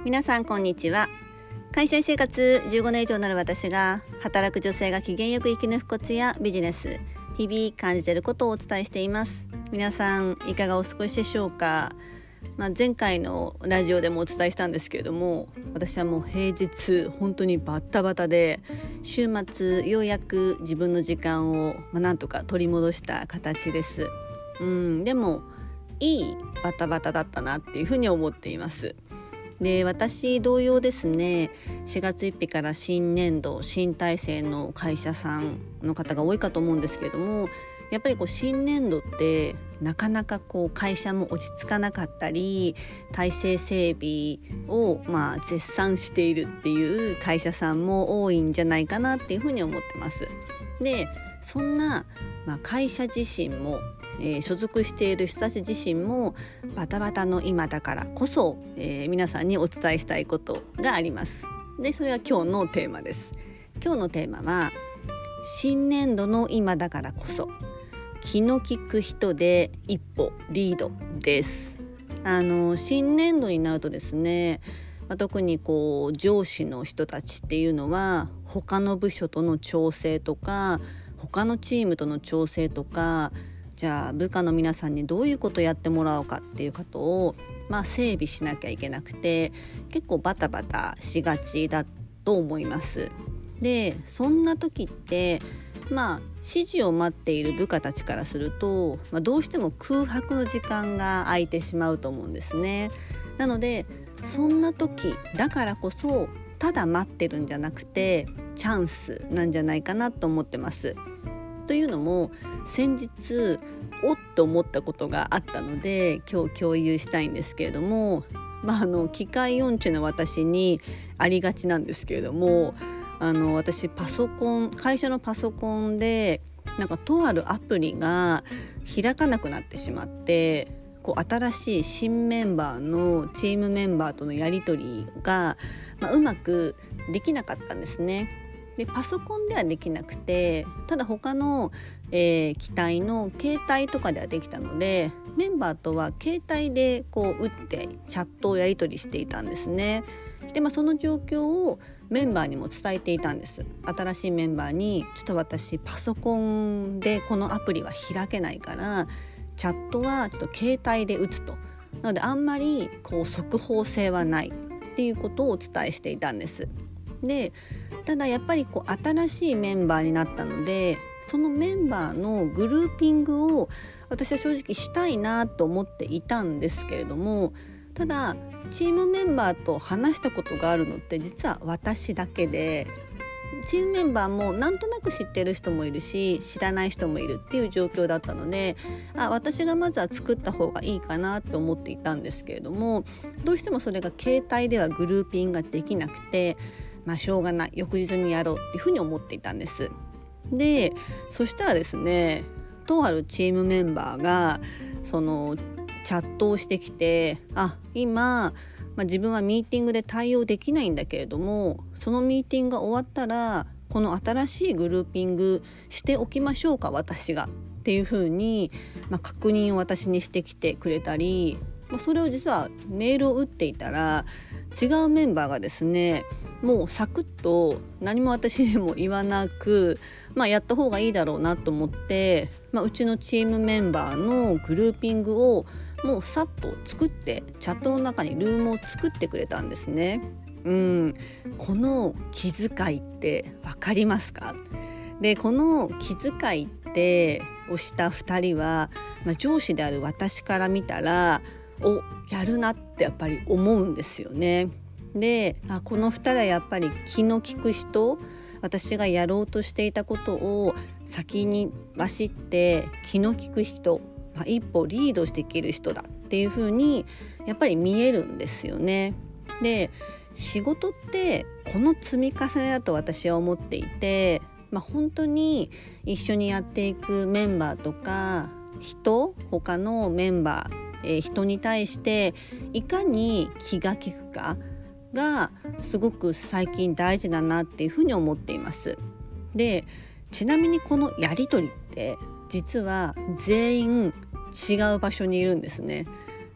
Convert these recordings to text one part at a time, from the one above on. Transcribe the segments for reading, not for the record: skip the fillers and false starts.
皆さんこんにちは。会社員生活15年以上になる私が、働く女性が機嫌よく生き抜くコツやビジネス、日々感じていることをお伝えしています。皆さんいかがお過ごしでしょうか。前回のラジオでもお伝えしたんですけれども、私はもう平日本当にバッタバタで、週末ようやく自分の時間をなんとか取り戻した形です。でもいいバタバタだったなっていうふうに思っています。で、私同様ですね、4月1日から新年度新体制の会社さんの方が多いかと思うんですけれども、やっぱり新年度ってなかなか会社も落ち着かなかったり、体制整備を絶賛しているっていう会社さんも多いんじゃないかなっていうふうに思ってます。で、そんな、会社自身も所属している人たち自身もバタバタの今だからこそ、皆さんにお伝えしたいことがあります。で、それが今日のテーマです。今日のテーマは、新年度の今だからこそ気の利く人で一歩リードです。新年度になるとですね、特に上司の人たちっていうのは、他の部署との調整とか、他のチームとの調整とか、じゃあ部下の皆さんにどういうことをやってもらおうかっていうことを、整備しなきゃいけなくて、結構バタバタしがちだと思います。で、そんな時って指示を待っている部下たちからすると、どうしても空白の時間が空いてしまうと思うんですね。なので、そんな時だからこそ、ただ待ってるんじゃなくてチャンスなんじゃないかなと思ってます。というのも、先日おっと思ったことがあったので、今日共有したいんですけれども、機械音痴の私にありがちなんですけれども、私会社のパソコンでとあるアプリが開かなくなってしまって、新しい新メンバーのチームメンバーとのやり取りが、うまくできなかったんですね。で、パソコンではできなくて、ただ他の、機体の携帯とかではできたので、メンバーとは携帯で打ってチャットをやり取りしていたんですね。で、その状況をメンバーにも伝えていたんです。新しいメンバーに、ちょっと私パソコンでこのアプリは開けないから、チャットはちょっと携帯で打つと。なので、あんまり速報性はないっていうことをお伝えしていたんです。で、ただやっぱり新しいメンバーになったので、そのメンバーのグルーピングを私は正直したいなと思っていたんですけれども、ただチームメンバーと話したことがあるのって実は私だけで、チームメンバーもなんとなく知ってる人もいるし、知らない人もいるっていう状況だったので、私がまずは作った方がいいかなと思っていたんですけれども、どうしてもそれが携帯ではグルーピングができなくて、しょうがない、翌日にやろうっていうふうに思っていたんです。で、そしたらですね、とあるチームメンバーがそのチャットをしてきて、今、自分はミーティングで対応できないんだけれども、そのミーティングが終わったらこの新しいグルーピングしておきましょうか、私がっていうふうに、確認を私にしてきてくれたり、それを実はメールを打っていたら、違うメンバーがですね、もうサクッと何も私にも言わなく、やった方がいいだろうなと思って、うちのチームメンバーのグルーピングをもうさっと作って、チャットの中にルームを作ってくれたんですね。この気遣いって分かりますか？で、この気遣いってをした2人は、上司である私から見たら、やるなってやっぱり思うんですよね。で、この2人はやっぱり気の利く人、私がやろうとしていたことを先に走って気の利く人、一歩リードしていける人だっていう風にやっぱり見えるんですよね。で、仕事ってこの積み重ねだと私は思っていて、本当に一緒にやっていくメンバーとか他のメンバー、人に対していかに気が利くかがすごく最近大事だなっていうふうに思っています。で、ちなみにこのやり取りって実は全員違う場所にいるんですね。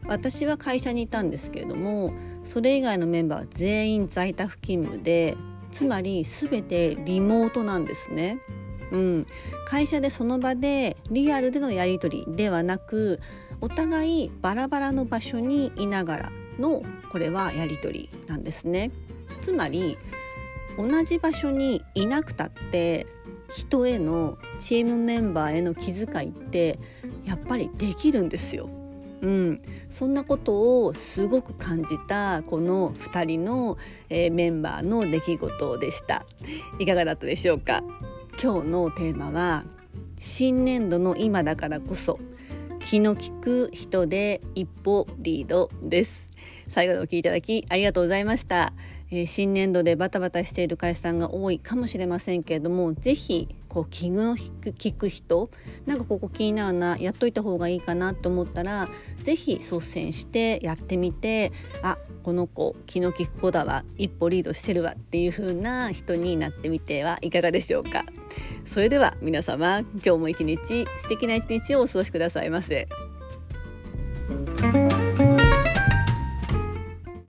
私は会社にいたんですけれども、それ以外のメンバーは全員在宅勤務で、つまり全てリモートなんですね。会社でその場でリアルでのやり取りではなく、お互いバラバラの場所にいながらのこれはやり取りなんですね。つまり同じ場所にいなくたって人へのチームメンバーへの気遣いってやっぱりできるんですよ。そんなことをすごく感じたこの2人の、メンバーの出来事でした。いかがだったでしょうか。今日のテーマは新年度の今だからこそ気の利く人で一歩リードです。最後までお聞きいただきありがとうございました。新年度でバタバタしている会社さんが多いかもしれませんけれども、ぜひ気の利く人、なんかここ気になるな、やっといた方がいいかなと思ったら、ぜひ率先してやってみて、この子気の利く子だわ、一歩リードしてるわっていう風な人になってみてはいかがでしょうか。それでは皆様、今日も一日素敵な一日をお過ごしくださいませ。